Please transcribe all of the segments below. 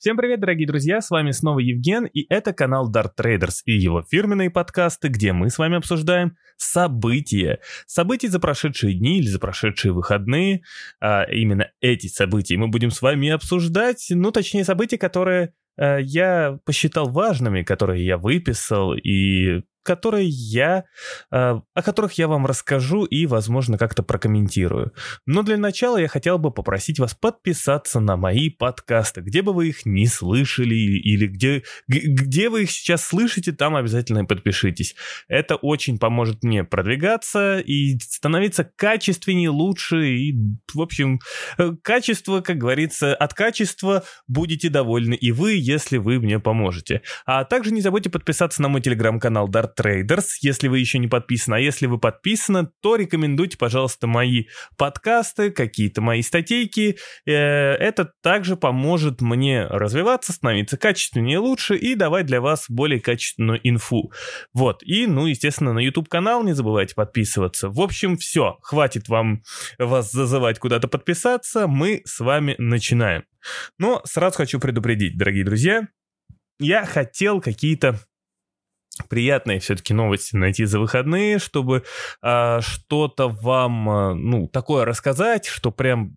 Всем привет, дорогие друзья, с вами снова Евген, и это канал Dart Traders и его фирменные подкасты, где мы с вами обсуждаем события за прошедшие дни или за прошедшие выходные. Именно эти события мы будем с вами обсуждать, точнее события, которые я посчитал важными, которые я выписал и о которых я вам расскажу и, возможно, как-то прокомментирую. Но для начала я хотел бы попросить вас подписаться на мои подкасты, где бы вы их ни слышали или где вы их сейчас слышите, там обязательно подпишитесь. Это очень поможет мне продвигаться и становиться качественнее, лучше и, в общем, качество, как говорится, от качества будете довольны и вы, если вы мне поможете. А также не забудьте подписаться на мой телеграм-канал Dart Traders, если вы еще не подписаны. А если вы подписаны, то рекомендуйте, пожалуйста, мои подкасты, какие-то мои статейки. Это также поможет мне развиваться, становиться качественнее, лучше и давать для вас более качественную инфу. Вот. И, естественно, на YouTube-канал не забывайте подписываться. В общем, все. Хватит вас зазывать куда-то подписаться. Мы с вами начинаем. Но сразу хочу предупредить, дорогие друзья, я хотел какие-то приятные все-таки новости найти за выходные, чтобы что-то вам, такое рассказать, что прям,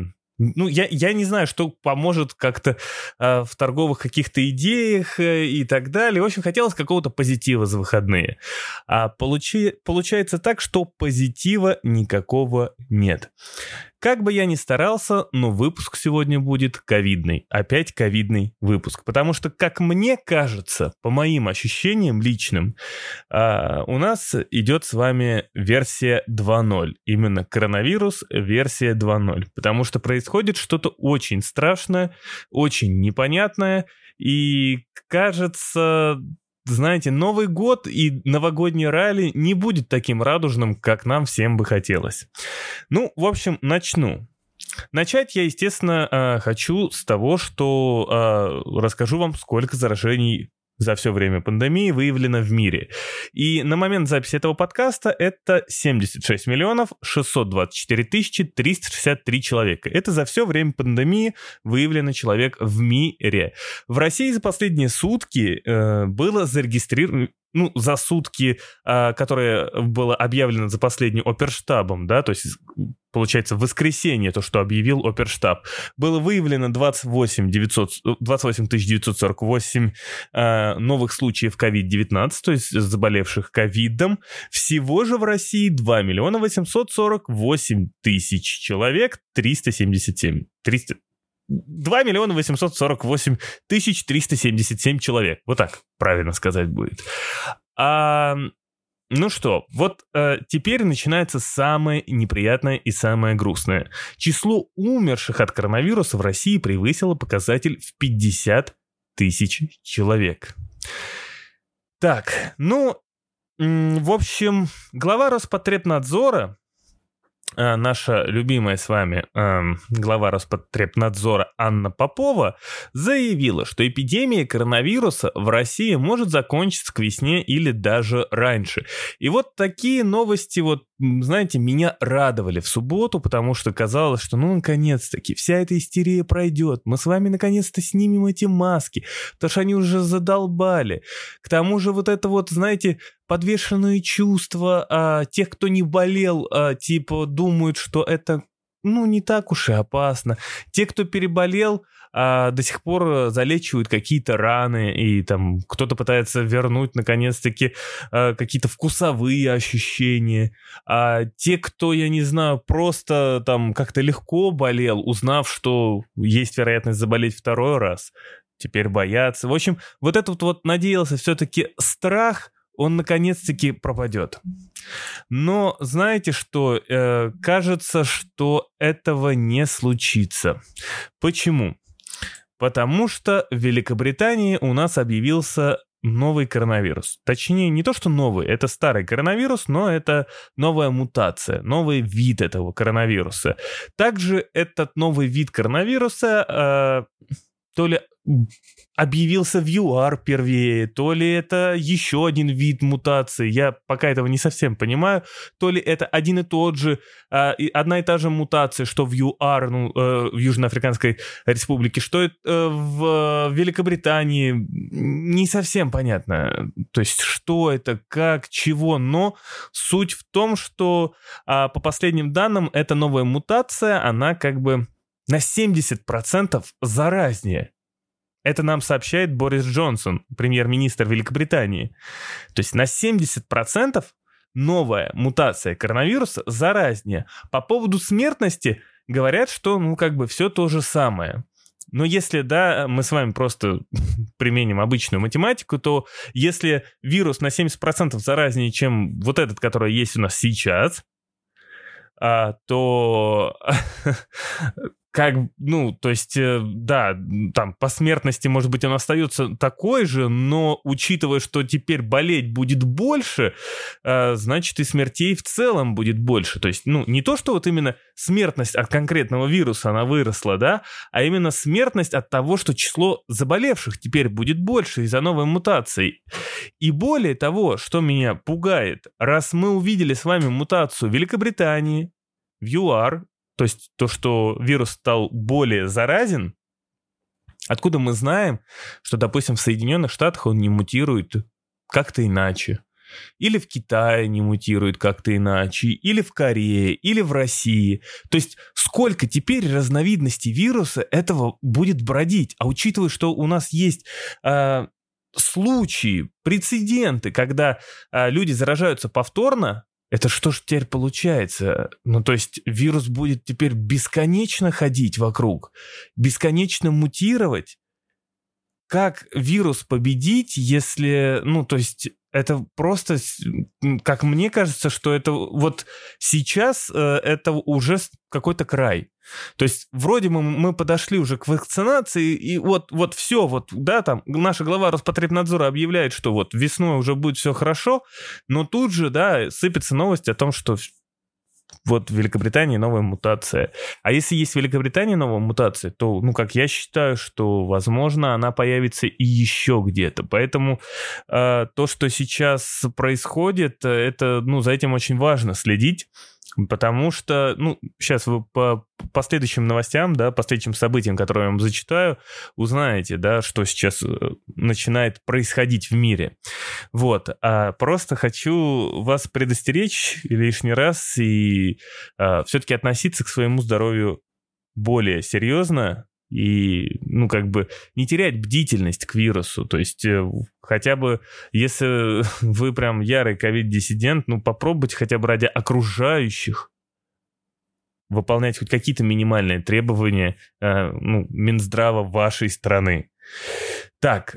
я не знаю, что поможет как-то в торговых каких-то идеях и так далее. В общем, хотелось какого-то позитива за выходные. А получается так, что позитива никакого нет. Как бы я ни старался, но выпуск сегодня будет ковидный. Опять ковидный выпуск. Потому что, как мне кажется, по моим ощущениям личным, у нас идет с вами версия 2.0. Именно коронавирус версия 2.0. Потому что происходит что-то очень страшное, очень непонятное. И кажется... Знаете, Новый год и новогодний ралли не будет таким радужным, как нам всем бы хотелось. В общем, начну. Начать я, естественно, хочу с того, что расскажу вам, сколько заражений за все время пандемии выявлено в мире. И на момент записи этого подкаста это 76 миллионов 624 тысячи 363 человека. Это за все время пандемии выявлено человек в мире. В России за последние сутки было зарегистрировано, за сутки, которое было объявлено за последним оперштабом, да, то есть, получается, в воскресенье, то, что объявил оперштаб, было выявлено 28 948 новых случаев COVID-19, то есть заболевших ковидом. Всего же в России 2 миллиона 848 тысяч человек, 2 миллиона 848 тысяч 377 человек. Вот так правильно сказать будет. Теперь начинается самое неприятное и самое грустное. Число умерших от коронавируса в России превысило показатель в 50 тысяч человек. Так, в общем, глава Роспотребнадзора, наша любимая с вами глава Роспотребнадзора Анна Попова заявила, что эпидемия коронавируса в России может закончиться к весне или даже раньше. И вот такие новости, знаете, меня радовали в субботу, потому что казалось, что наконец-таки вся эта истерия пройдет. Мы с вами наконец-то снимем эти маски, потому что они уже задолбали. К тому же знаете, подвешенные чувства тех, кто не болел, думают, что это, не так уж и опасно. Те, кто переболел, до сих пор залечивают какие-то раны, и там кто-то пытается вернуть, наконец-таки, какие-то вкусовые ощущения. А те, кто, я не знаю, просто там как-то легко болел, узнав, что есть вероятность заболеть второй раз, теперь боятся. В общем, этот надеялся все-таки страх, он наконец-таки пропадет. Но знаете что? Кажется, что этого не случится. Почему? Потому что в Великобритании у нас объявился новый коронавирус. Точнее, не то, что новый, это старый коронавирус, но это новая мутация, новый вид этого коронавируса. Также этот новый вид коронавируса... то ли объявился VR первее, то ли это еще один вид мутации, я пока этого не совсем понимаю, то ли это один и тот же, одна и та же мутация, что в ЮАР, в Южноафриканской Республике, что это в Великобритании, не совсем понятно, то есть что это, как, чего, но суть в том, что по последним данным эта новая мутация, она как бы на 70% заразнее. Это нам сообщает Борис Джонсон, премьер-министр Великобритании. То есть на 70% новая мутация коронавируса заразнее. По поводу смертности говорят, что все то же самое. Но если, мы с вами просто применим обычную математику, то если вирус на 70% заразнее, чем вот этот, который есть у нас сейчас, то там по смертности, может быть, он остается такой же, но учитывая, что теперь болеть будет больше, значит и смертей в целом будет больше. То есть, не то, что вот именно смертность от конкретного вируса, она выросла, а именно смертность от того, что число заболевших теперь будет больше из-за новой мутации. И более того, что меня пугает, раз мы увидели с вами мутацию в Великобритании, в ЮАР, то есть то, что вирус стал более заразен, откуда мы знаем, что, допустим, в Соединенных Штатах он не мутирует как-то иначе, или в Китае не мутирует как-то иначе, или в Корее, или в России. То есть сколько теперь разновидностей вируса этого будет бродить? А учитывая, что у нас есть случаи, прецеденты, когда люди заражаются повторно, это что ж теперь получается? То есть вирус будет теперь бесконечно ходить вокруг, бесконечно мутировать? Как вирус победить, если, то есть это просто, как мне кажется, что это вот сейчас это уже какой-то край. То есть вроде мы подошли уже к вакцинации, и вот все, там наша глава Роспотребнадзора объявляет, что вот весной уже будет все хорошо, но тут же, сыпется новость о том, что вот в Великобритании новая мутация. А если есть в Великобритании новая мутация, то, как я считаю, что, возможно, она появится и еще где-то. Поэтому то, что сейчас происходит, это, за этим очень важно следить. Потому что, сейчас вы по последующим новостям, по следующим событиям, которые я вам зачитаю, узнаете, что сейчас начинает происходить в мире. А просто хочу вас предостеречь лишний раз и все-таки относиться к своему здоровью более серьезно и, не терять бдительность к вирусу. То есть хотя бы, если вы прям ярый ковид-диссидент, попробуйте хотя бы ради окружающих выполнять хоть какие-то минимальные требования Минздрава вашей страны. Так,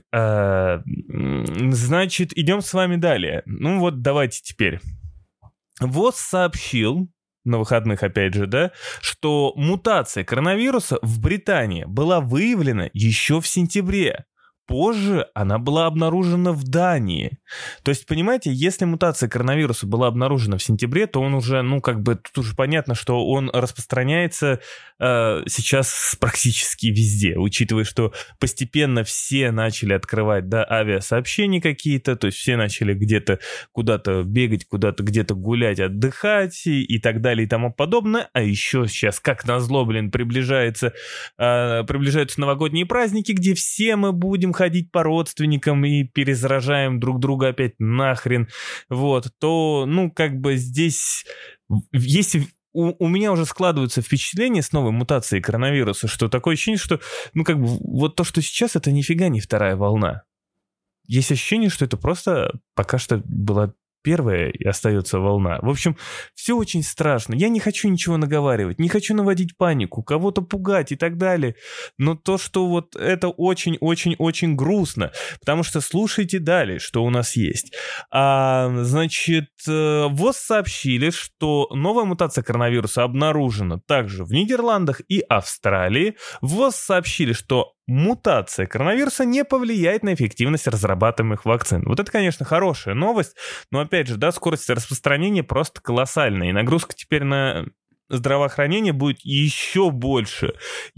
значит, идем с вами далее. Давайте теперь. ВОЗ сообщил на выходных, опять же, что мутация коронавируса в Британии была выявлена еще в сентябре. Позже она была обнаружена в Дании. То есть, понимаете, если мутация коронавируса была обнаружена в сентябре, то он уже, тут уже понятно, что он распространяется сейчас практически везде, учитывая, что постепенно все начали открывать, авиасообщения какие-то, то есть все начали где-то куда-то бегать, куда-то где-то гулять, отдыхать и так далее и тому подобное. А еще сейчас, как назло, приближаются новогодние праздники, где все мы будем ходить по родственникам и перезаражаем друг друга опять нахрен, то, здесь есть... У меня уже складываются впечатления с новой мутацией коронавируса, что такое ощущение, что, то, что сейчас, это нифига не вторая волна. Есть ощущение, что это просто пока что была первая и остается волна. В общем, все очень страшно. Я не хочу ничего наговаривать, не хочу наводить панику, кого-то пугать и так далее. Но то, что это очень-очень-очень грустно. Потому что слушайте далее, что у нас есть. Значит, ВОЗ сообщили, что новая мутация коронавируса обнаружена также в Нидерландах и Австралии. ВОЗ сообщили, что мутация коронавируса не повлияет на эффективность разрабатываемых вакцин. Это, конечно, хорошая новость, но, опять же, скорость распространения просто колоссальная, и нагрузка теперь на здравоохранения будет еще больше,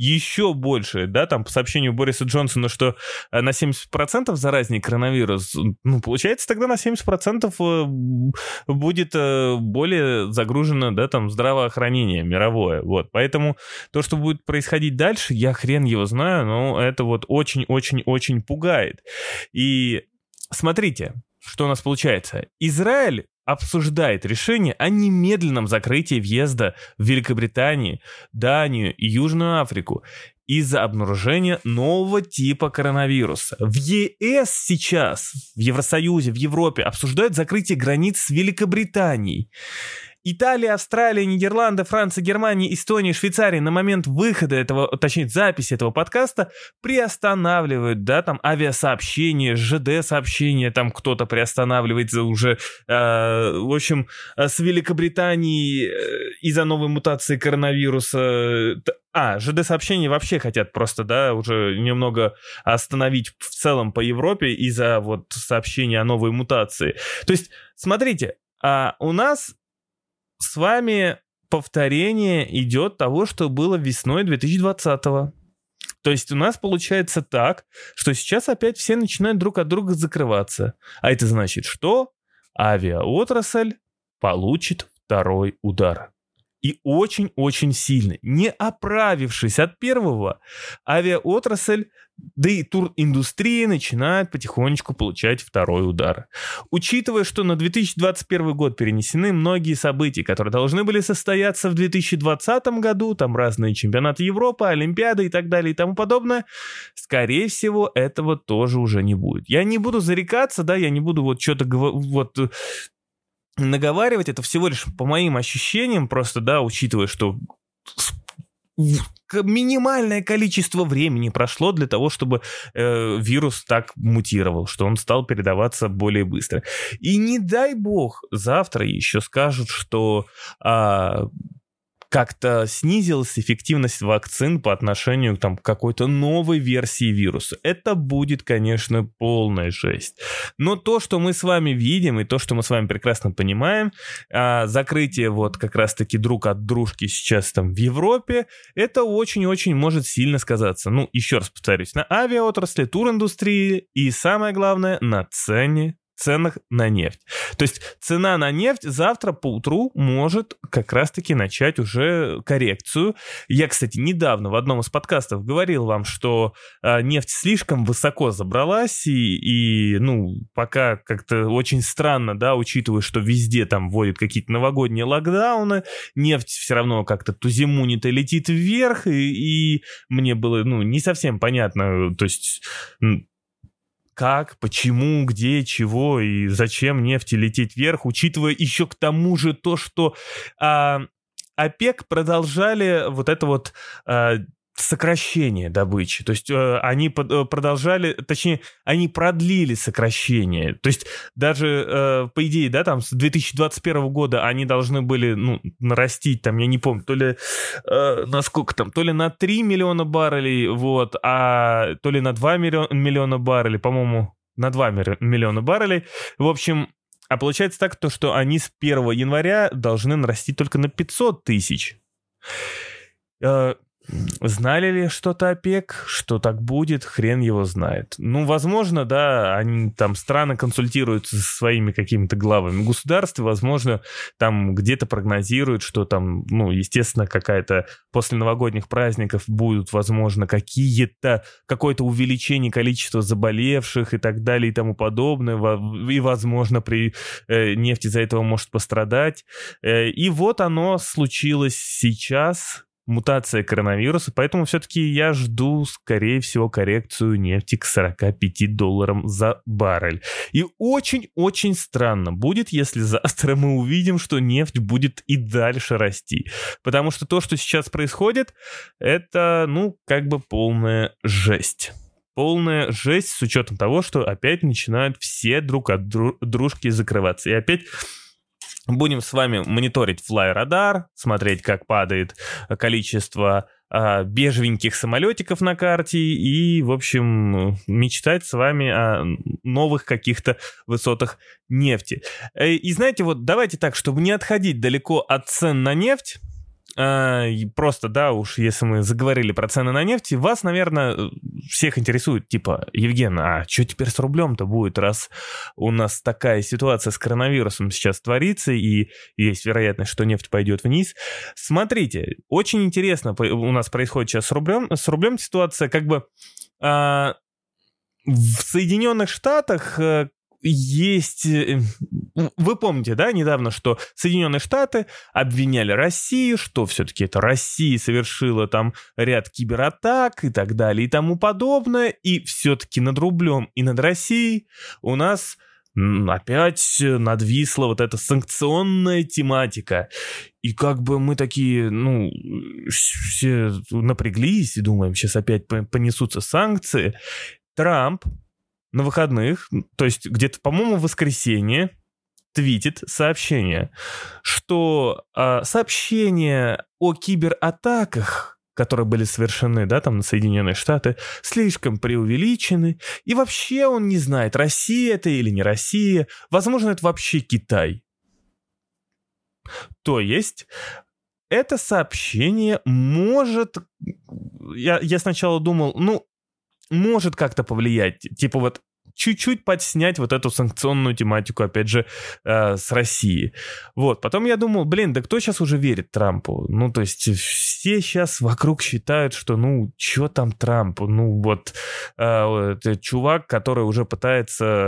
да, там по сообщению Бориса Джонсона, что на 70% заразнее коронавирус, ну, получается, тогда на 70% будет более загружено, да, там, здравоохранение мировое, вот, поэтому то, что будет происходить дальше, я хрен его знаю, но это вот очень-очень-очень пугает. И смотрите, что у нас получается. Израиль обсуждает решение о немедленном закрытии въезда в Великобританию, Данию и Южную Африку из-за обнаружения нового типа коронавируса. В ЕС сейчас, в Евросоюзе, в Европе обсуждают закрытие границ с Великобританией. Италия, Австралия, Нидерланды, Франция, Германия, Эстония, Швейцария на момент выхода этого, точнее, записи этого подкаста приостанавливают, да, там, авиасообщения, ЖД-сообщения, там кто-то приостанавливается уже, в общем, с Великобританией из-за новой мутации коронавируса. ЖД-сообщения вообще хотят просто, да, уже немного остановить в целом по Европе из-за вот сообщения о новой мутации. То есть, смотрите, у нас с вами повторение идет того, что было весной 2020-го. То есть у нас получается так, что сейчас опять все начинают друг от друга закрываться. А это значит, что авиаотрасль получит второй удар. И очень-очень сильно. Не оправившись от первого, авиаотрасль, да и туриндустрия начинает потихонечку получать второй удар. Учитывая, что на 2021 год перенесены многие события, которые должны были состояться в 2020 году, там разные чемпионаты Европы, Олимпиады и так далее и тому подобное, скорее всего, этого тоже уже не будет. Я не буду зарекаться, да, я не буду вот что-то вот наговаривать, это всего лишь по моим ощущениям, просто, да, учитывая, что минимальное количество времени прошло для того, чтобы вирус так мутировал, что он стал передаваться более быстро. И не дай бог, завтра еще скажут, что как-то снизилась эффективность вакцин по отношению там, к какой-то новой версии вируса. Это будет, конечно, полная жесть. Но то, что мы с вами видим, и то, что мы с вами прекрасно понимаем, закрытие вот как раз-таки друг от дружки сейчас там в Европе, это очень-очень может сильно сказаться. Ну, еще раз повторюсь, на авиаотрасли, туриндустрии и, самое главное, на ценах на нефть. То есть цена на нефть завтра поутру может как раз-таки начать уже коррекцию. Я, кстати, недавно в одном из подкастов говорил вам, что нефть слишком высоко забралась, и пока как-то очень странно, да, учитывая, что везде там вводят какие-то новогодние локдауны, нефть все равно как-то то зимунит и летит вверх, и мне было, не совсем понятно, то есть как, почему, где, чего и зачем нефти лететь вверх, учитывая еще к тому же то, что ОПЕК продолжали вот это вот сокращение добычи. То есть они продолжали, точнее, они продлили сокращение. То есть даже, по идее, да, там с 2021 года они должны были, нарастить, там, я не помню, то ли на сколько там, то ли на 3 миллиона баррелей, вот, то ли на 2 миллиона баррелей, по-моему, на 2 миллиона баррелей. В общем, а получается так, то, что они с 1 января должны нарастить только на 500 тысяч. Знали ли что-то ОПЕК, что так будет, хрен его знает. Возможно, да, они там страны консультируются со своими какими-то главами государств, возможно, там где-то прогнозируют, что там, естественно, какая-то после новогодних праздников будут, возможно, какое-то увеличение количества заболевших и так далее и тому подобное, и, возможно, при нефть из-за этого может пострадать. И вот оно случилось сейчас, мутация коронавируса, поэтому все-таки я жду, скорее всего, коррекцию нефти к $45 за баррель. И очень-очень странно будет, если завтра мы увидим, что нефть будет и дальше расти. Потому что то, что сейчас происходит, это, полная жесть. Полная жесть с учетом того, что опять начинают все друг от дружки закрываться. И опять будем с вами мониторить флай-радар, смотреть, как падает количество бежевеньких самолетиков на карте и, в общем, мечтать с вами о новых каких-то высотах нефти. И знаете, вот давайте так, чтобы не отходить далеко от цен на нефть, просто, да, уж если мы заговорили про цены на нефть, вас, наверное, всех интересует, типа, Евген, а что теперь с рублем-то будет, раз у нас такая ситуация с коронавирусом сейчас творится, и есть вероятность, что нефть пойдет вниз. Смотрите, очень интересно у нас происходит сейчас с рублем ситуация, как бы в Соединенных Штатах есть... Вы помните, да, недавно, что Соединенные Штаты обвиняли Россию, что все-таки это Россия совершила там ряд кибератак и так далее и тому подобное, и все-таки над рублем и над Россией у нас опять надвисла вот эта санкционная тематика. И как бы мы такие, все напряглись и думаем, сейчас опять понесутся санкции. Трамп на выходных, то есть где-то, по-моему, в воскресенье, твитит сообщение, что сообщения о кибератаках, которые были совершены, да, там на Соединенные Штаты, слишком преувеличены, и вообще он не знает, Россия это или не Россия, возможно, это вообще Китай. То есть это сообщение может... Я сначала думал, может как-то повлиять, типа вот чуть-чуть подснять вот эту санкционную тематику, опять же, с Россией. Вот, потом я думал, да кто сейчас уже верит Трампу? То есть все сейчас вокруг считают, что, что там Трамп? Это чувак, который уже пытается,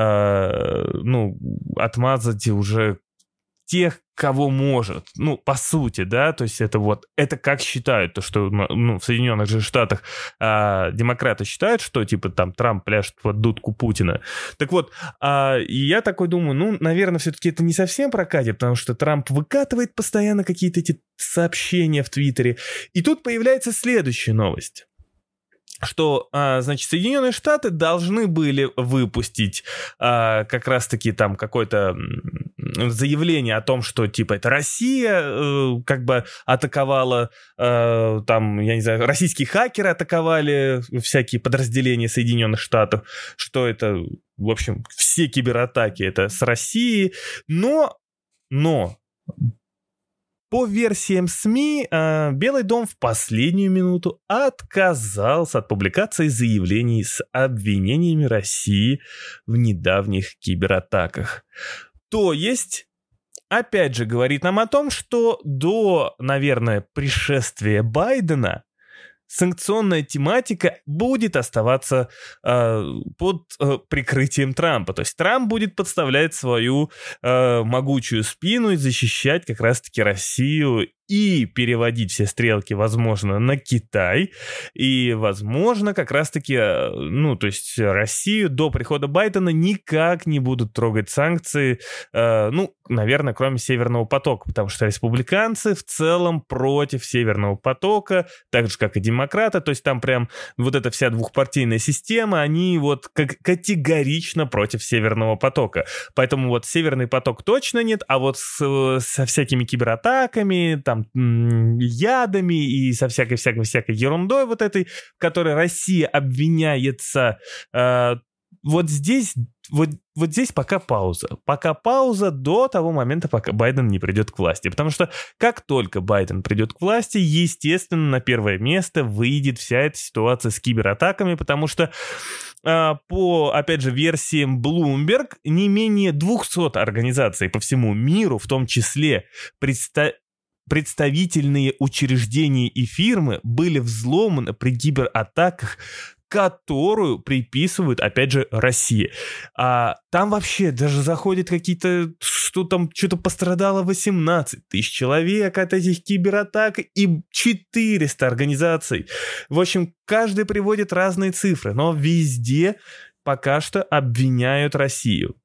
отмазать уже тех, кого может, по сути, да, то есть это как считают, то, что, в Соединенных же Штатах демократы считают, что, типа, там, Трамп пляшет под дудку Путина. Так вот, и я такой думаю, наверное, все-таки это не совсем прокатит, потому что Трамп выкатывает постоянно какие-то эти сообщения в Твиттере, и тут появляется следующая новость. Что, значит, Соединенные Штаты должны были выпустить как раз-таки там какое-то заявление о том, что, типа, это Россия как бы атаковала, там, я не знаю, российские хакеры атаковали всякие подразделения Соединенных Штатов, что это, в общем, все кибератаки это с России, но по версиям СМИ, Белый дом в последнюю минуту отказался от публикации заявлений с обвинениями России в недавних кибератаках. То есть, опять же, говорит нам о том, что до, наверное, пришествия Байдена санкционная тематика будет оставаться под прикрытием Трампа. То есть Трамп будет подставлять свою могучую спину и защищать как раз-таки Россию и переводить все стрелки, возможно, на Китай. И, возможно, как раз-таки, то есть Россию до прихода Байдена никак не будут трогать санкции, наверное, кроме Северного потока, потому что республиканцы в целом против Северного потока, так же, как и демократы, то есть там прям вот эта вся двухпартийная система, они вот категорично против Северного потока. Поэтому вот Северный поток точно нет, а вот со всякими кибератаками, там, ядами и со всякой ерундой вот этой, в которой Россия обвиняется, вот здесь пока пауза. Пока пауза до того момента, пока Байден не придет к власти. Потому что как только Байден придет к власти, естественно, на первое место выйдет вся эта ситуация с кибератаками, потому что по, опять же, версиям Bloomberg, не менее 200 организаций по всему миру, в том числе представительные учреждения и фирмы, были взломаны при кибератаках, которую приписывают, опять же, России. Там вообще даже заходят какие-то, что-то пострадало 18 тысяч человек от этих кибератак и 400 организаций. В общем, каждый приводит разные цифры, но везде пока что обвиняют Россию.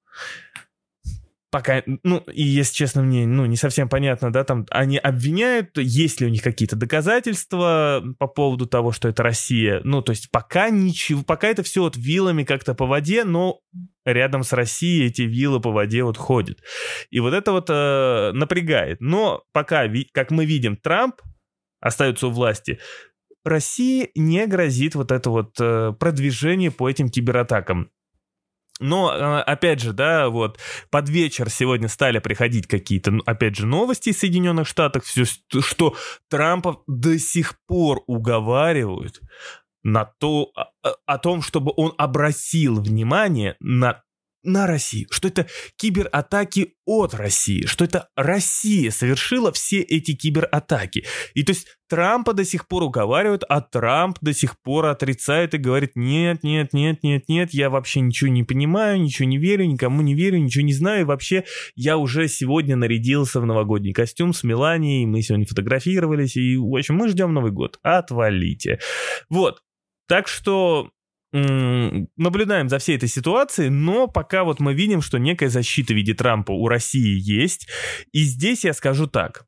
Пока, и если честно, мне, не совсем понятно, да, там они обвиняют, есть ли у них какие-то доказательства по поводу того, что это Россия, то есть пока ничего, пока это все вот вилами как-то по воде, но рядом с Россией эти вилы по воде вот ходят. И вот это вот напрягает. Но пока, как мы видим, Трамп остается у власти, России не грозит вот это вот продвижение по этим кибератакам. Но, опять же, да, вот под вечер сегодня стали приходить какие-то, опять же, новости из Соединенных Штатов, все, что Трампа до сих пор уговаривают на то, о том, чтобы он обратил внимание на Россию, что это кибератаки от России, что это Россия совершила все эти кибератаки. И то есть Трампа до сих пор уговаривают, а Трамп до сих пор отрицает и говорит: нет, я вообще ничего не понимаю, ничего не верю, никому не верю, ничего не знаю, и вообще я уже сегодня нарядился в новогодний костюм с Меланией, мы сегодня фотографировались, и, в общем, мы ждем Новый год, отвалите. Вот, так что наблюдаем за всей этой ситуацией, но пока вот мы видим, что некая защита в виде Трампа у России есть. И здесь я скажу так.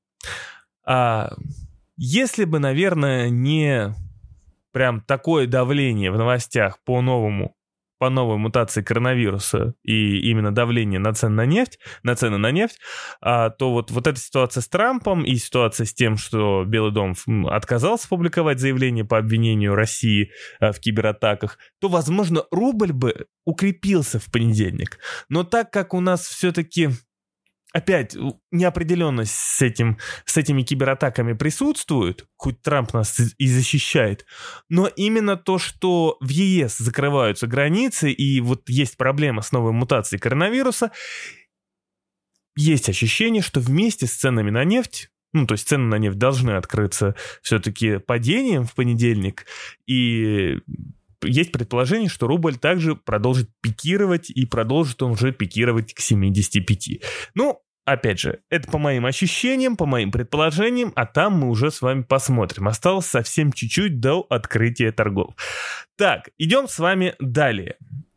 Если бы, наверное, не прям такое давление в новостях по новой мутации коронавируса и именно давление на цены на нефть, то вот эта ситуация с Трампом и ситуация с тем, что Белый дом отказался публиковать заявление по обвинению России в кибератаках, то, возможно, рубль бы укрепился в понедельник. Но так как у нас все-таки опять неопределенность с этими кибератаками присутствует, хоть Трамп нас и защищает, но именно то, что в ЕС закрываются границы и вот есть проблема с новой мутацией коронавируса, есть ощущение, что вместе с ценами на нефть, то есть цены на нефть должны открыться все-таки падением в понедельник, и есть предположение, что рубль также продолжит пикировать, и продолжит он уже пикировать к 75. Опять же, это по моим ощущениям, по моим предположениям, а там мы уже с вами посмотрим. Осталось совсем чуть-чуть до открытия торгов. Так, идем с вами далее.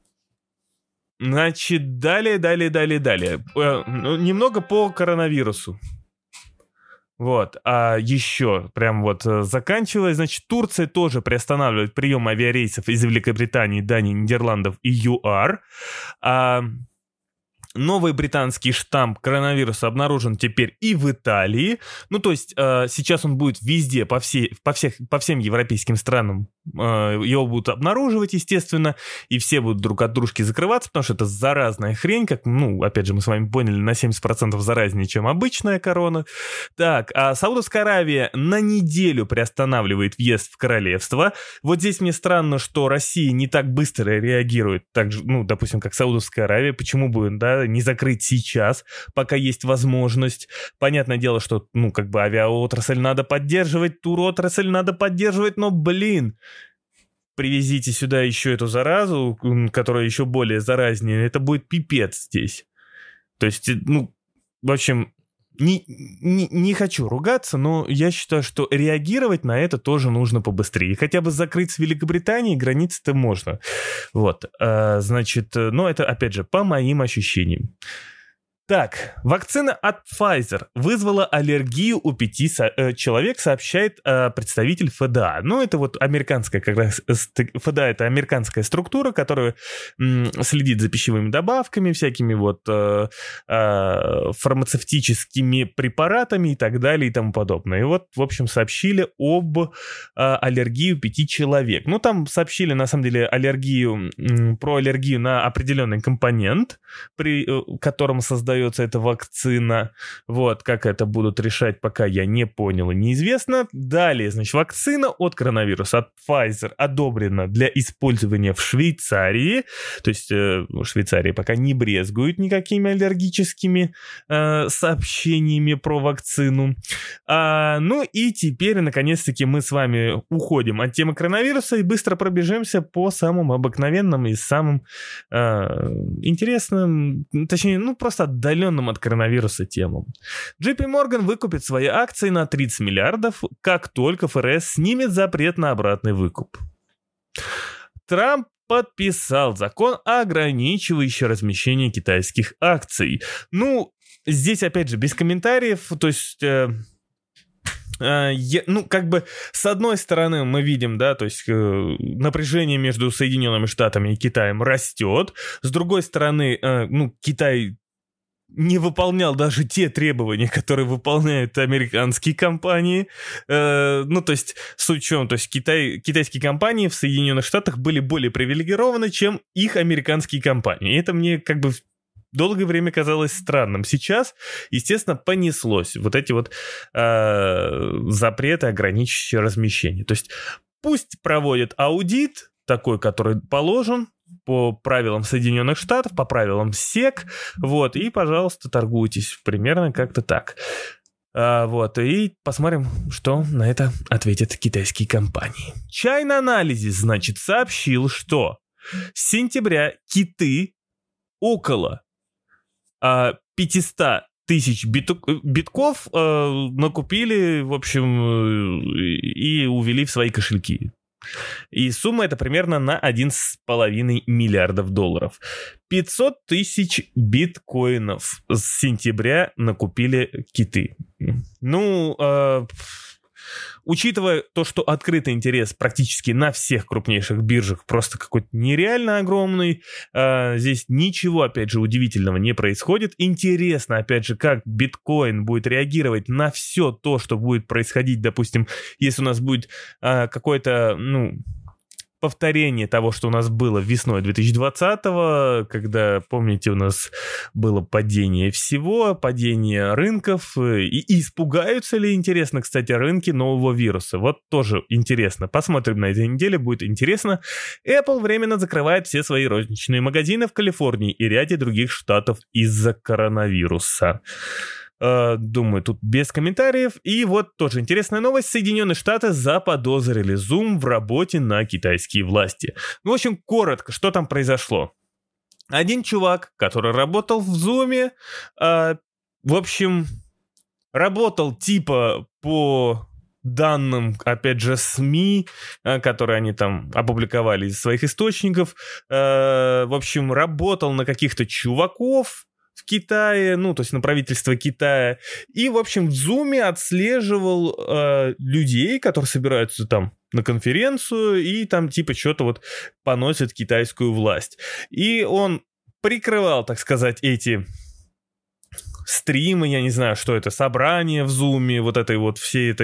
Значит, далее. Немного по коронавирусу. Вот, а еще прям вот заканчивалось, значит, Турция тоже приостанавливает прием авиарейсов из Великобритании, Дании, Нидерландов и ЮАР. Новый британский штамм коронавируса обнаружен теперь и в Италии. То есть сейчас он будет везде, по всем европейским странам. Его будут обнаруживать, естественно, и все будут друг от дружки закрываться, потому что это заразная хрень, как, опять же, мы с вами поняли, на 70% заразнее, чем обычная корона. Так, а Саудовская Аравия на неделю приостанавливает въезд в королевство. Вот здесь мне странно, что Россия не так быстро реагирует, так же, допустим, как Саудовская Аравия. Почему бы, не закрыть сейчас, пока есть возможность? Понятное дело, что, авиаотрасль надо поддерживать, туроотрасль надо поддерживать, но, привезите сюда еще эту заразу, которая еще более заразнее, это будет пипец здесь. То есть, в общем, не хочу ругаться, но я считаю, что реагировать на это тоже нужно побыстрее. Хотя бы закрыть с Великобританией границы-то можно. Вот, значит, это, опять же, по моим ощущениям. Так, вакцина от Pfizer вызвала аллергию у 5 человек, сообщает представитель ФДА. Это вот американская, как раз, ФДА — это американская структура, которая следит за пищевыми добавками, всякими вот фармацевтическими препаратами и так далее и тому подобное. И вот, в общем, сообщили об аллергии у 5 человек. Там сообщили, на самом деле, про аллергию на определенный компонент, при котором создается эта вакцина. Вот, как это будут решать, пока я не понял и неизвестно. Далее, значит, вакцина от коронавируса от Pfizer одобрена для использования в Швейцарии. То есть Швейцария пока не брезгует никакими аллергическими сообщениями про вакцину. И теперь, наконец-таки, мы с вами уходим от темы коронавируса и быстро пробежимся по самым обыкновенным и самым интересным, точнее, просто отдаленным от коронавируса темам. JP Morgan выкупит свои акции на 30 миллиардов, как только ФРС снимет запрет на обратный выкуп. Трамп подписал закон, ограничивающий размещение китайских акций. Здесь, опять же, без комментариев, то есть... с одной стороны мы видим, да, то есть напряжение между Соединенными Штатами и Китаем растет, с другой стороны, Китай не выполнял даже те требования, которые выполняют американские компании. Ну, то есть, суть в чем? То есть, китайские компании в Соединенных Штатах были более привилегированы, чем их американские компании. И это мне как бы долгое время казалось странным. Сейчас, естественно, понеслось вот эти вот запреты, ограничивающие размещение. То есть, пусть проводят аудит, такой, который положен, по правилам Соединенных Штатов, по правилам СЕК, вот, и, пожалуйста, торгуйтесь примерно как-то так. Вот, и посмотрим, что на это ответят китайские компании. China Analysis, значит, сообщил, что с сентября киты около 500 тысяч битков накупили, в общем, и увели в свои кошельки. И сумма это примерно на $1,5 миллиарда. 500 тысяч биткоинов с сентября накупили киты. Ну, учитывая то, что открытый интерес практически на всех крупнейших биржах просто какой-то нереально огромный, здесь ничего, опять же, удивительного не происходит. Интересно, опять же, как биткоин будет реагировать на все то, что будет происходить, допустим, если у нас будет какое-то, повторение того, что у нас было весной 2020-го, когда, помните, у нас было падение всего, падение рынков, и испугаются ли, интересно, кстати, рынки нового вируса? Вот тоже интересно. Посмотрим на этой неделе, будет интересно. Apple временно закрывает все свои розничные магазины в Калифорнии и ряде других штатов из-за коронавируса. Думаю, тут без комментариев. И вот тоже интересная новость. Соединенные Штаты заподозрили Zoom в работе на китайские власти. Ну, в общем, коротко, что там произошло. Один чувак, который работал в Zoom, в общем, работал типа по данным, опять же, СМИ, которые они там опубликовали из своих источников, в общем, работал на каких-то чуваков в Китае, то есть на правительство Китая, и, в общем, в Zoom отслеживал людей, которые собираются там на конференцию и там типа что-то вот поносят китайскую власть. И он прикрывал, так сказать, эти стримы, я не знаю, что это, собрания в Zoom, вот этой вот всех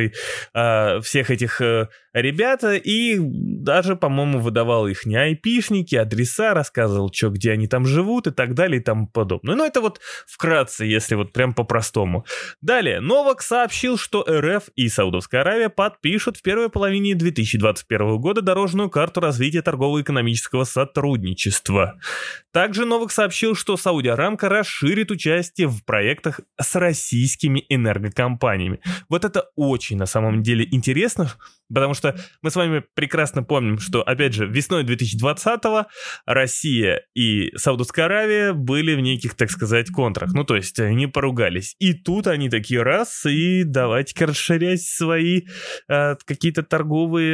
этих ребят, и даже, по-моему, выдавал их не айпишники, адреса, рассказывал, что, где они там живут и так далее и тому подобное. Но это вот вкратце, если вот прям по-простому. Далее, Новак сообщил, что РФ и Саудовская Аравия подпишут в первой половине 2021 года дорожную карту развития торгово-экономического сотрудничества. Также Новак сообщил, что Сауди Арамко расширит участие в проектах с российскими энергокомпаниями. Вот это очень на самом деле интересно, потому что мы с вами прекрасно помним, что, опять же, весной 2020-го Россия и Саудовская Аравия были в неких, так сказать, контрах. Ну, то есть они поругались. И тут они такие раз, и давайте-ка расширять свои какие-то торговые...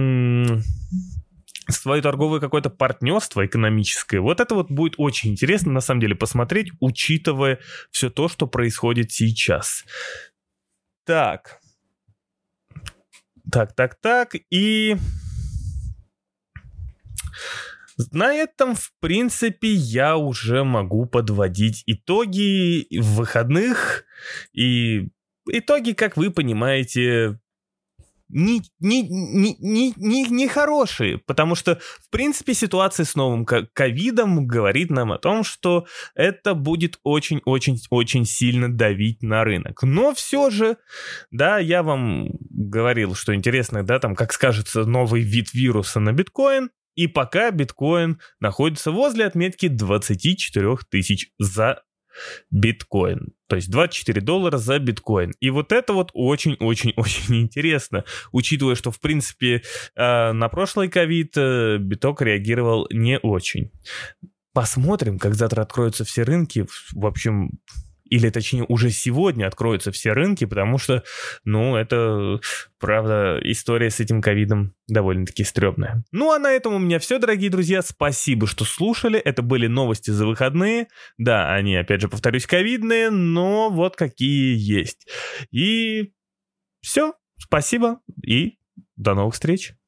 свое торговое какое-то партнерство экономическое. Вот это вот будет очень интересно, на самом деле, посмотреть, учитывая все то, что происходит сейчас. Так. И на этом, в принципе, я уже могу подводить итоги выходных. И итоги, как вы понимаете, не хорошие, потому что, в принципе, ситуация с новым ковидом говорит нам о том, что это будет очень-очень-очень сильно давить на рынок. Но все же, да, я вам говорил, что интересно, да, там, как скажется новый вид вируса на биткоин, и пока биткоин находится возле отметки 24 тысяч за биткоин. То есть $24 за биткоин. И вот это вот очень-очень-очень интересно, учитывая, что, в принципе, на прошлый ковид биток реагировал не очень. Посмотрим, как завтра откроются все рынки. В общем, или, точнее, уже сегодня откроются все рынки, потому что, это, правда, история с этим ковидом довольно-таки стрёмная. Ну, а на этом у меня все, дорогие друзья. Спасибо, что слушали. Это были новости за выходные. Да, они, опять же, повторюсь, ковидные, но вот какие есть. И все. Спасибо и до новых встреч.